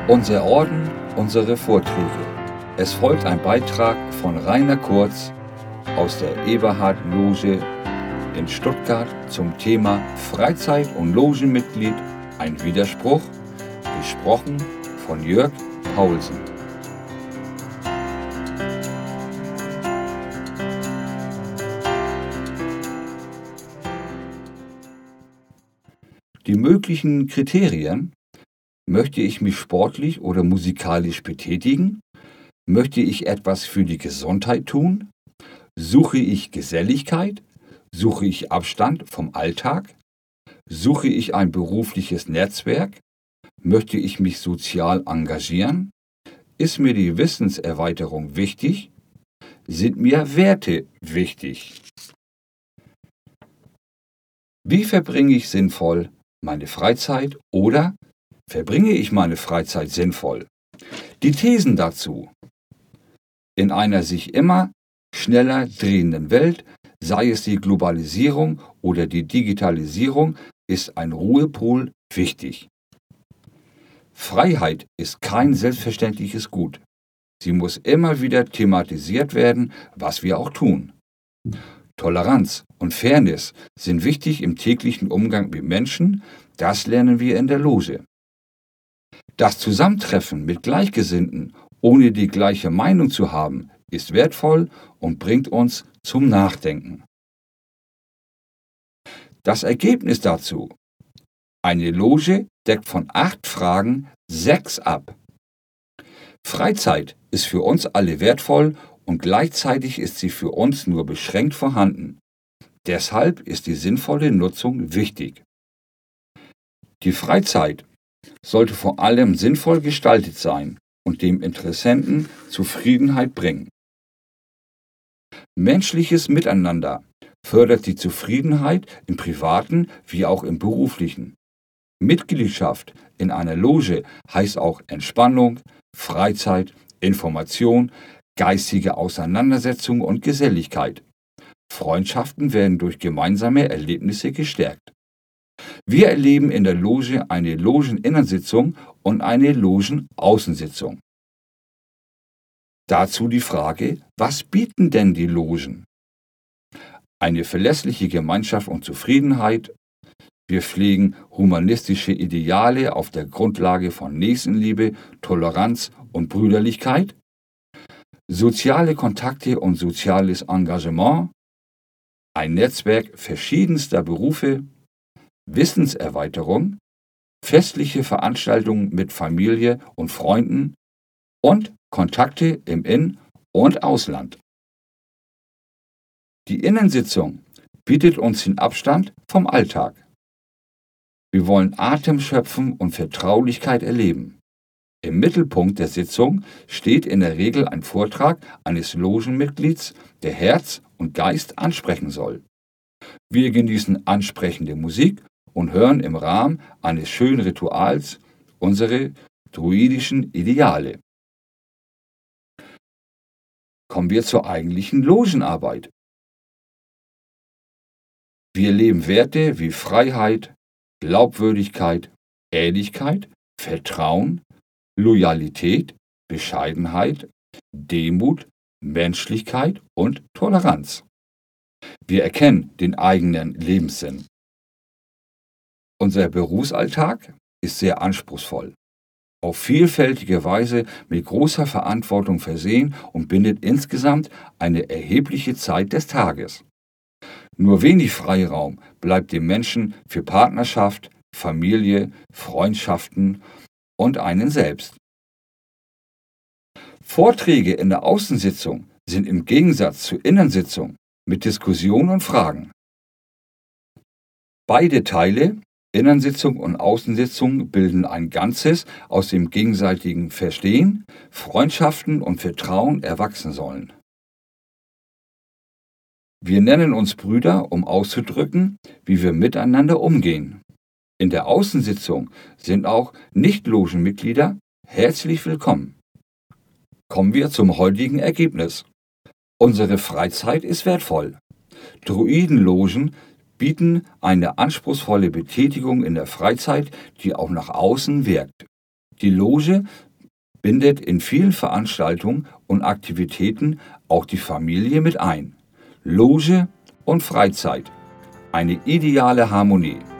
Unser Orden, unsere Vorträge. Es folgt ein Beitrag von Rainer Kurz aus der Eberhard-Loge in Stuttgart zum Thema Freizeit- und Logenmitglied, ein Widerspruch, gesprochen von Jörg Paulsen. Die möglichen Kriterien: Möchte ich mich sportlich oder musikalisch betätigen? Möchte ich etwas für die Gesundheit tun? Suche ich Geselligkeit? Suche ich Abstand vom Alltag? Suche ich ein berufliches Netzwerk? Möchte ich mich sozial engagieren? Ist mir die Wissenserweiterung wichtig? Sind mir Werte wichtig? Wie verbringe ich sinnvoll meine Freizeit oder verbringe ich meine Freizeit sinnvoll? Die Thesen dazu: In einer sich immer schneller drehenden Welt, sei es die Globalisierung oder die Digitalisierung, ist ein Ruhepol wichtig. Freiheit ist kein selbstverständliches Gut. Sie muss immer wieder thematisiert werden, was wir auch tun. Toleranz und Fairness sind wichtig im täglichen Umgang mit Menschen, das lernen wir in der Loge. Das Zusammentreffen mit Gleichgesinnten, ohne die gleiche Meinung zu haben, ist wertvoll und bringt uns zum Nachdenken. Das Ergebnis dazu: Eine Loge deckt von 8 Fragen 6 ab. Freizeit ist für uns alle wertvoll und gleichzeitig ist sie für uns nur beschränkt vorhanden. Deshalb ist die sinnvolle Nutzung wichtig. Die Freizeit sollte vor allem sinnvoll gestaltet sein und dem Interessenten Zufriedenheit bringen. Menschliches Miteinander fördert die Zufriedenheit im privaten wie auch im beruflichen. Mitgliedschaft in einer Loge heißt auch Entspannung, Freizeit, Information, geistige Auseinandersetzung und Geselligkeit. Freundschaften werden durch gemeinsame Erlebnisse gestärkt. Wir erleben in der Loge eine Logeninnensitzung und eine Logenaußensitzung. Dazu die Frage: Was bieten denn die Logen? Eine verlässliche Gemeinschaft und Zufriedenheit. Wir pflegen humanistische Ideale auf der Grundlage von Nächstenliebe, Toleranz und Brüderlichkeit. Soziale Kontakte und soziales Engagement. Ein Netzwerk verschiedenster Berufe. Wissenserweiterung. Festliche Veranstaltungen mit Familie und Freunden und Kontakte im In- und Ausland. Die Innensitzung bietet uns den Abstand vom Alltag. Wir wollen Atem schöpfen und Vertraulichkeit erleben. Im Mittelpunkt der Sitzung steht in der Regel ein Vortrag eines Logenmitglieds, der Herz und Geist ansprechen soll. Wir genießen ansprechende Musik und hören im Rahmen eines schönen Rituals unsere druidischen Ideale. Kommen wir zur eigentlichen Logenarbeit. Wir leben Werte wie Freiheit, Glaubwürdigkeit, Ehrlichkeit, Vertrauen, Loyalität, Bescheidenheit, Demut, Menschlichkeit und Toleranz. Wir erkennen den eigenen Lebenssinn. Unser Berufsalltag ist sehr anspruchsvoll, auf vielfältige Weise mit großer Verantwortung versehen und bindet insgesamt eine erhebliche Zeit des Tages. Nur wenig Freiraum bleibt dem Menschen für Partnerschaft, Familie, Freundschaften und einen selbst. Vorträge in der Außensitzung sind im Gegensatz zur Innensitzung mit Diskussion und Fragen. Beide Teile, Innensitzung und Außensitzung, bilden ein Ganzes, aus dem gegenseitigen Verstehen, Freundschaften und Vertrauen erwachsen sollen. Wir nennen uns Brüder, um auszudrücken, wie wir miteinander umgehen. In der Außensitzung sind auch Nicht-Logenmitglieder herzlich willkommen. Kommen wir zum heutigen Ergebnis. Unsere Freizeit ist wertvoll. Druidenlogen bieten eine anspruchsvolle Betätigung in der Freizeit, die auch nach außen wirkt. Die Loge bindet in vielen Veranstaltungen und Aktivitäten auch die Familie mit ein. Loge und Freizeit. Eine ideale Harmonie.